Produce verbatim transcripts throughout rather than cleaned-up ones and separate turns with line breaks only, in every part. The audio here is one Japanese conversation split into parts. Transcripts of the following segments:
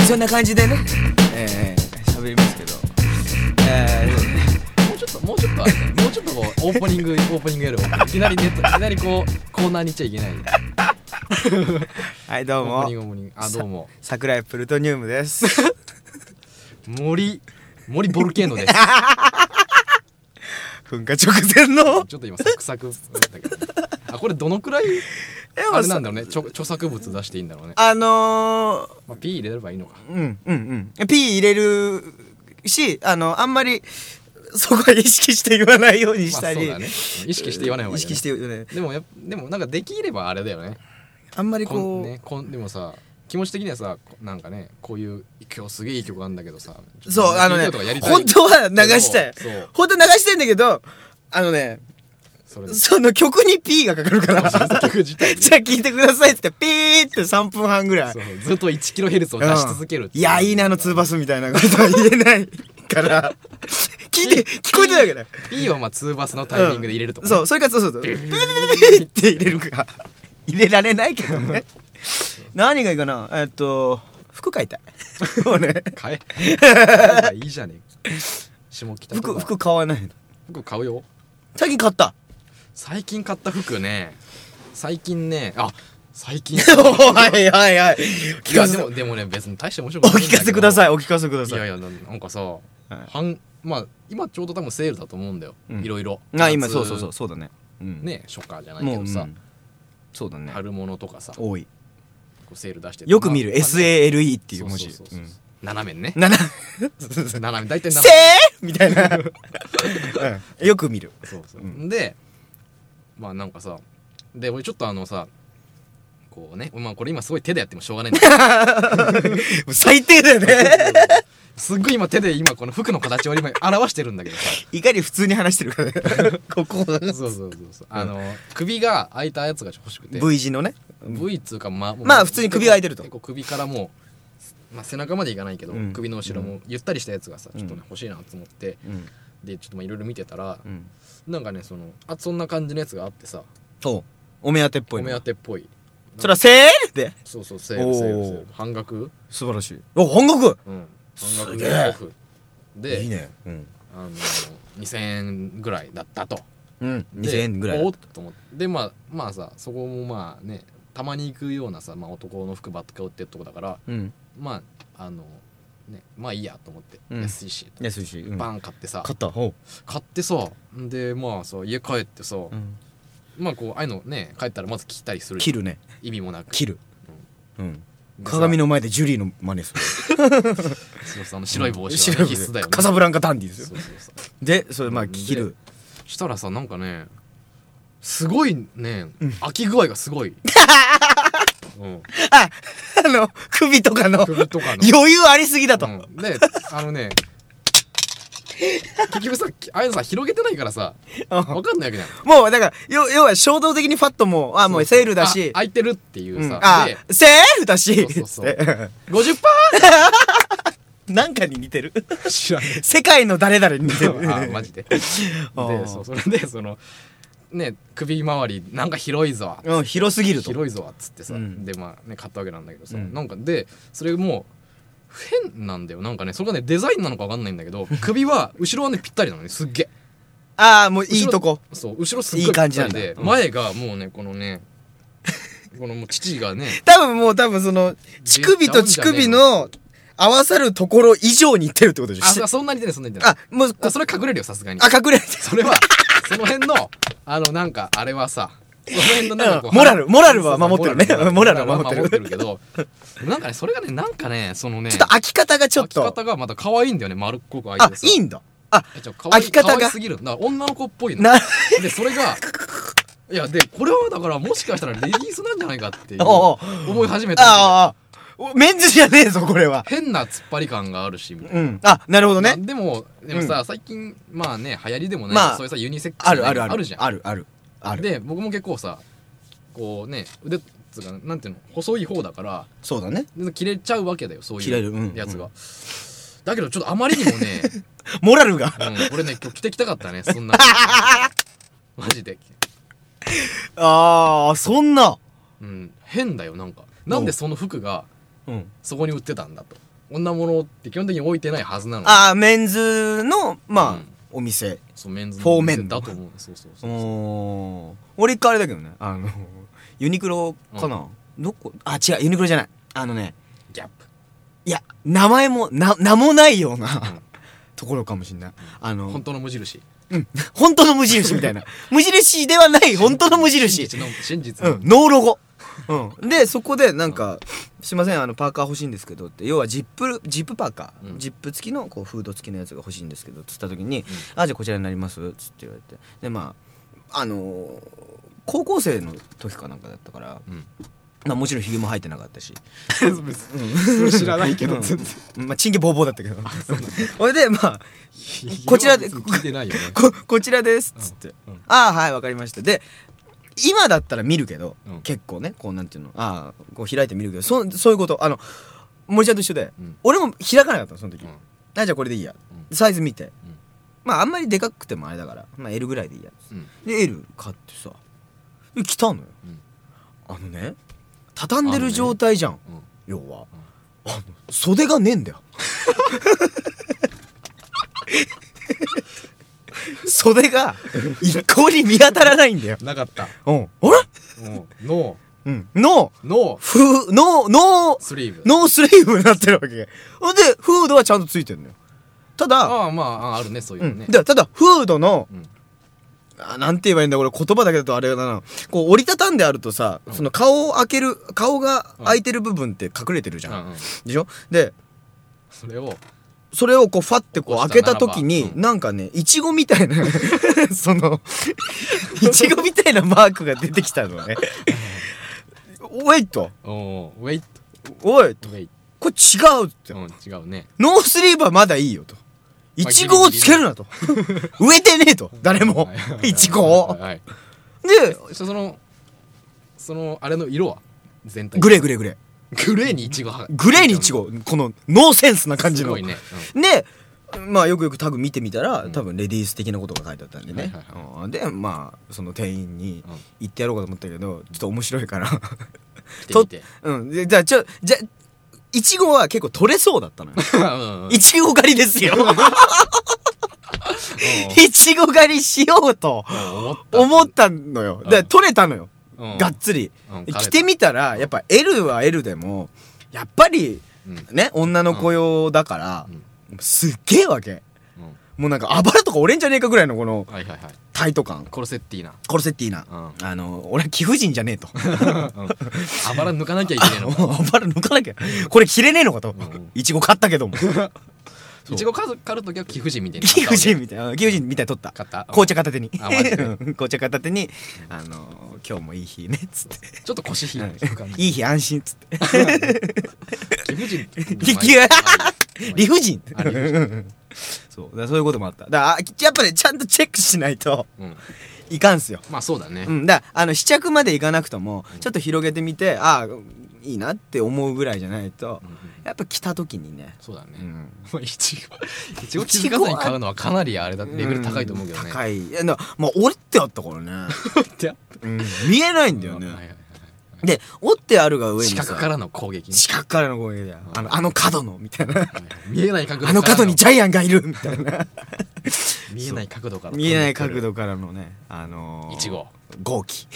そんな感じでねえー喋りますけど、え
ー、もうちょっともうちょっとあれねもうちょっとこうオープニングオープニングやるわいきなりネットいきなりこうコーナーに行っちゃいけない
はいどうも
オープニングオープニングあどうも
桜井プルトニウムです
森森ボルケーノです
噴火直前の
ちょっと今サクサクだったけどあこれどのくらいあれなんだろうね著著作物出していいんだろうね
あのー
まあ、P 入れればいいのか
うんうんうん P 入れるしあのあんまりそこは意識して言わないようにしたり、
まあそうだね、意識して言わない方がいい、ね、
意識して言わない
でもやでもなんかできればあれだよね
あんまりこう
こん、ね、こんでもさ気持ち的にはさなんかねこういう今日すげえいい曲あるんだけどさ
そうあのね本当は流したい本当は流したいんだけどあのねそ, その曲に P がかかるから
曲自体
じゃあ聴いてくださいっつってピーってさんぷんはんぐらい
そうずっと いちキロヘルツ を出し続ける、うん、
いやいいなあのツーバスみたいなことは言えないから聞いて聞こえてないから
P をまあツーバスのタイミングで入れるとか、
ねうん、そうそれからそうそうそうピーって入れるか入れられないけどね何がいいかなえっと服買いたいもうね
買えいいじゃねえ下北とか
服服買わないの
服買うよ
最近買った
最近買った服ね最近ねあ最近
はいはいはい
いやでもでもね別に大して面白くないんだけど
お聞かせくださいお聞かせください
いやいやなんかさ、はい、はんまあ今ちょうど多分セールだと思うんだよ、うん、いろいろ
あ今そうそうそうそうだね、
うん、ね初夏じゃないけどさ、うん、
そうだね
春物とかさ
多い
こうセール出して
よく見る、まあ、エスエーエルイー っていう文字
斜めね
斜
め大体
せーみたいな、うん、よく見る
そうそう、うん、でまあなんかさで俺ちょっとあのさこうねまあこれ今すごい手でやってもしょうがないんだけど
最低だよね
すっごい今手で今この服の形を今表してるんだけどさ
いかに普通に話してるからねここそう
そうそうそうあの首が開いたやつが欲しくて
V 字のね
V っつうかまあ
まあ普通に首が開いてると
結構首からもう、まあ、背中までいかないけど、うん、首の後ろもゆったりしたやつがさちょっとね欲しいなと思って、うん、でちょっといろいろ見てたら、うん、なんかねそのあそんな感じのやつがあってさ
おお目当てっぽい
お目当てっぽい
それはセールで
そうそうセールセールセール半額
素晴らしいお半額
うん半額でオフで
いいね、うん、
あのにせんえんぐらいだったと、
うん、にせんえんぐらい
おっと思ってでまあまあさそこもまあねたまに行くようなさ、まあ、男の服ばっか売ってるとこだから、うん、まああのねまあいいやと思って、うん、安いし
安いし、うん、
バン買ってさ
買ったほう
買ってさでまあさ家帰ってさ、うん、まあこうああいうのね帰ったらまず切ったりする
切るね
意味もなく
切るうん、うん鏡の前でジュリーの真似する
そうそうあの白い帽子は、ね、必須だよね
カサブランカダンディですよ
そうそうそう
でそれまあ切る
したらさなんかねすごいね、うん、開き具合がすごい、うん、
ああの首とかの
首とかの
余裕ありすぎだと、うん、
であのね結局さああいうのさ広げてないからさ分かんないわけじゃん
もうだから要要は衝動的にファットもあもうセールだし
空いてるっていうさ、
うん、あセールだし
そうそうそう ごじゅっパ
ー なんかに似てる
知らない
世界の誰々に似てる
あマジででそうそれでそのね首周りなんか広いぞ、
うん、広すぎると
広いぞっつってさ、うん、でまあね買ったわけなんだけどさ、うん、なんかでそれもう変なんだよなんかねそれがねデザインなのか分かんないんだけど首は後ろはねぴったりなのねすっげえ
ああもういいとこ
そう後ろすっごいぴったりで前がもうねこのねこのもう乳がね
多分もう多分その乳首と乳首の合わさるところ以上にいってるってことでしょ
あそんなに出ないそんなに出ない
あもう
あそれは隠れるよさすがに
あ隠れる
それはその辺のあのなんかあれはさその辺のなんかこう
モラルモラルは守ってるねモラルは守ってる
けどなんかねそれがねなんかねそのね
ちょっと開き方がちょっと
開き方がまた可愛いんだよね丸っこく開いてさ
あいいんだあ
開き方が可愛すぎるだから女の子っぽいのでそれがいやでこれはだからもしかしたらレディースなんじゃないかって思い始めた
ああメンズじゃねえぞこれは
変な突っ張り感があるしみたいな、
うん、あなるほどね
でもでもさ、うん、最近まあね流行りでもない、まあ、そういうさユニセックスあるあるあるあるじゃん
あるあるある
で僕も結構さこうね腕つうかなんていうの細い方だから
そうだね
切れちゃうわけだよそういうやつが、
うんうん、
だけどちょっとあまりにもね
モラルが、
うん、俺ね今日着てきたかったねそんなマジで
あーそんな
うん変だよなんかなんでその服がそこに売ってたんだと女物って基本的に置いてないはずなの。
ああメンズのまあ、
うん、
お店
そうメンズ
フォーメン
だと思う。そうそうそうそう。
お俺一回あれだけどねあのユニクロかな、うん、どこあ違うユニクロじゃないあのね
ギャップ
いや名前もな名もないような、
うん、
ところかもしんない、あの
本当の無印。
うん本当の無印みたいな無印ではない本当の無印
真実の真実の、
うん、ノーロゴ、うん、でそこでなんか、うん、すいませんあのパーカー欲しいんですけどって要はジップジップパーカー、うん、ジップ付きのこうフード付きのやつが欲しいんですけどっつった時に、うん、あじゃあこちらになりますっつって言われてでまああのー、高校生の時かなんかだったから、うんまあ、もちろんヒゲも生えてなかったし
うん、知らないけど全然、
うん、まあチンゲボーボーだったけどそれでまあこちらで
聞いてないよね
こ, こちらですっつって、うんうん、ああはいわかりましたで今だったら見るけど、うん、結構ねこうなんていうのああこう開いて見るけど そ, そういうことあの森ちゃんと一緒で、うん、俺も開かなかったのその時、うん、あじゃあこれでいいや、うん、サイズ見て、うん、まああんまりでかくてもあれだから、まあ、エル ぐらいでいいや、うん、で エル 買ってさで来たのよ、うん、あのね畳んでる状態じゃん、ねうん、要は、うん、あの袖がねえんだよ袖が一向に見当たらないんだよ
なかった。
うんあれ
ノー
うんノー
ノー
フーノーノー
スリーブ
ノースリーブになってるわけでフードはちゃんとついてるのよただ
ああまああるねそういうのね、
うん、ただフードの、うんあなんて言えばいいんだこれ言葉だけだとあれだなこう折りたたんであるとさ、うん、その顔を開ける顔が開いてる部分って隠れてるじゃん、うんうん、でしょで
それを
それをこうファってこう開けた時に、うん、なんかねいちごみたいなそのいちごみたいなマークが出てきたのねウェイト
おウェイト
おいとこれ違うって、
うん、違うね
ノースリーブはまだいいよといちごをつけるなと植えてねえと誰もいちごをで
そのそのあれの色は全体
グレーグレーグレ
ーグレーにいちご
グレーにいちごこのノーセンスな感じのすごいね、うん、でまあよくよくタグ見てみたら、うん、多分レディース的なことが書いてあったんでね、はいはいはい、でまあその店員に言ってやろうかと思ったけどちょっと面白いからとうんでじゃあちょじゃいちごは結構取れそうだったのよいちご狩りですよいちご狩りしようと思ったのよで取れたのよがっつり着てみたらやっぱ エル は エル でもやっぱりね女の子用だからすっげえわけもうなんかあばらとか折れんじゃねえかぐらいのこのタイト感
コルセッティーナ
コルセッティーナ、うん、あの俺貴婦人じゃねえと、うん、
あばら抜かなきゃいけねえのか
あばら抜かなきゃこれ着れねえのかといちご買ったけども
いちご狩るときは貴婦人みたいに
貴婦人みたいな貴婦人みたいに取った
買った
紅茶片手に紅茶片手にあの今日もいい日ねっつって
ちょっと腰引い
いい日安心っつって
貴婦人
理不尽そうだそういうこともあっただからやっぱねちゃんとチェックしないと、うん、いかんすよ
まあそうだね、
うん、だからあの試着までいかなくとも、うん、ちょっと広げてみてああいいなって思うぐらいじゃないと、うんうん、やっぱ着た時にね
そうだね、うん、いちごいちご気づかずに買うのはかなりあれだレベル高いと思うけどね、
うん、高いいやだまあ折ってあったからねうん、見えないんだよね、うんはいはいはい、で折ってあるが上にさ
四角からの攻撃、ね、
四角からの攻撃だよ、うん、あのあの角のみたいな、はい、
見えない角度
あの角にジャイアンがいるみたいな
見えない角度から
見えない角度からのねあのー、
いちご
豪気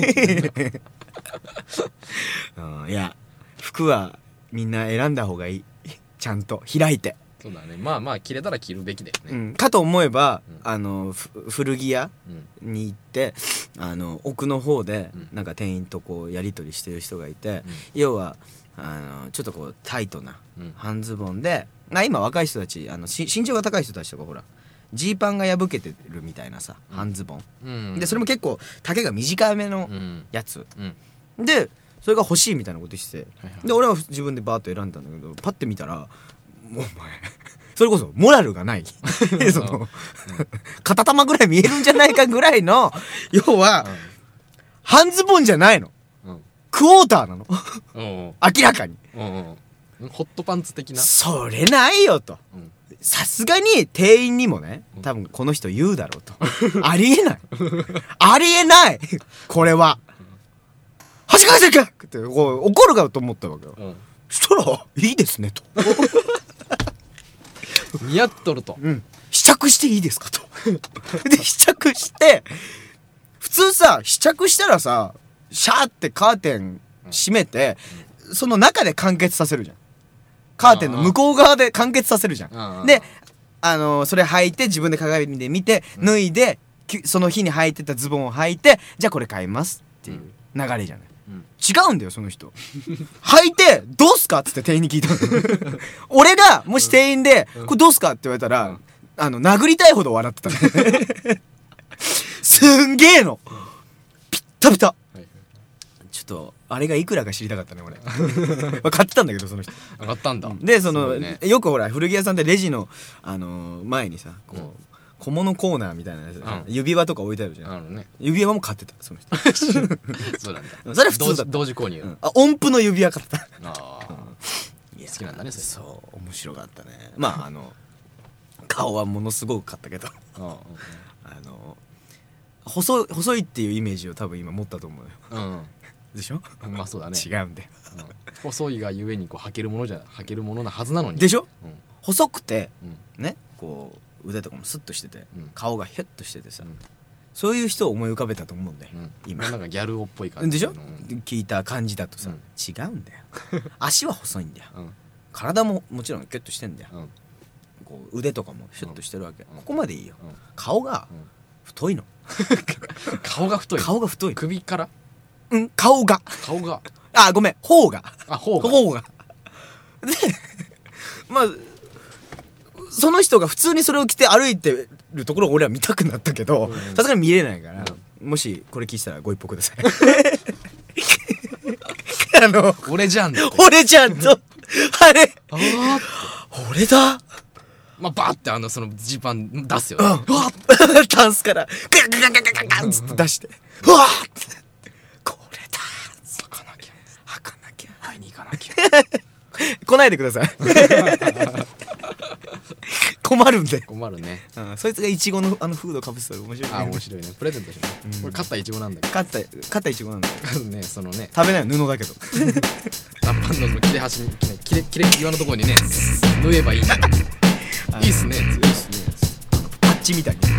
うん、いや服はみんな選んだ方がいいちゃんと開いて
そうだねまあまあ着れたら着るべきだよね、
うん、かと思えば、うん、あの古着屋に行って、うん、あの奥の方で、うん、なんか店員とこうやり取りしてる人がいて、うん、要はあのちょっとこうタイトな半ズボンで、うん、今若い人たちあの身長が高い人たちとかほらジーパンが破けてるみたいなさ、うん、半ズボン、うん、でそれも結構丈が短めのやつ、うんうん、でそれが欲しいみたいなことして、はいはい、で俺は自分でバーッと選んだんだけどパッて見たらもうお前それこそモラルがないその、うん、片玉ぐらい見えるんじゃないかぐらいの要は、うん、半ズボンじゃないの、うん、クォーターなの明らかに、
うんうん、ホットパンツ的な
それないよとさすがに店員にもね多分この人言うだろうとありえないありえないこれははしかせるかってこう怒るかと思ったわけよ、うん、 したらいいですねと
似合っとると、
うん、試着していいですかとで試着して普通さ試着したらさシャーってカーテン閉めて、うん、その中で完結させるじゃん。カーテンの向こう側で完結させるじゃん。であのー、それ履いて自分で鏡で見て、うん、脱いでその日に履いてたズボンを履いてじゃあこれ買いますっていう流れじゃない、うん、違うんだよその人履いてどうすかっつって店員に聞いたの俺がもし店員で、うん、これどうすかって言われたら、うん、あの殴りたいほど笑ってたねすんげえのピッタピタ、はいはい、ちょっとあれがいくらか知りたかったね俺まあ買ってたんだけどその人
買ったんだ。
でその、ね、よくほら古着屋さんってレジの、あのー、前にさこう、うん小物コーナーみたいなやつ、うん、指輪とか置いてあるじゃん、あの、ね、指輪も買ってたその人
そうなんだ
それは普通だった
同時購入、
うん、あ音符の指輪買った
あ、うん、いや好きなんだねそれ。
そう面白かったねまああの顔はものすごく買ったけどあの細い細いっていうイメージを多分今持ったと思うよ、うん、でしょ。
まあそうだね。
違うんだよ、うん、
細いがゆえにこう履けるものじゃ履けるものなはずなのに
でしょ、
うん、
細くて、うん、ねこう腕とかもスッとしてて、うん、顔がヒュッとしててさ、うん、そういう人を思い浮かべたと思うんだよ、うん、今
なんかギャル男っぽい感じ
でしょ、うん、聞いた感じだとさ、うん、違うんだよ足は細いんだよ、うん、体ももちろんキュッとしてんだよ、うん、こう腕とかもシュッとしてるわけ、うん、ここまでいいよ、うん、顔が太いの
顔が太い
顔が太い
首から
うん顔が
顔が
あごめん頬が
あ頬が
頬がでまあその人が普通にそれを着て歩いてるところを俺は見たくなったけどさすがに見れないから、うん、もしこれ聞いたらご一報くださいあの
俺じゃん
俺じゃんとあれあ俺だ
まあバーってあのそのジーパン出すよね、
うん、タンスからガガガガガガガンつって出してうわーってこれだ
履かなきゃ
履かなきゃ
会いに行かなきゃ
来ないでください困るんで
困るね、
うん、そいつがイチゴのあのフードかぶせたら面白いね。
あ面白いねプレゼントしよう、うん、これ買ったイチゴなんだけど
買った買ったイチゴなんだけど
ねそのね
食べない布だけど
ラッパンの切れ端に切れ切れ際のところにね縫えばいいんだいいっすねいいっすね
パッチみたいに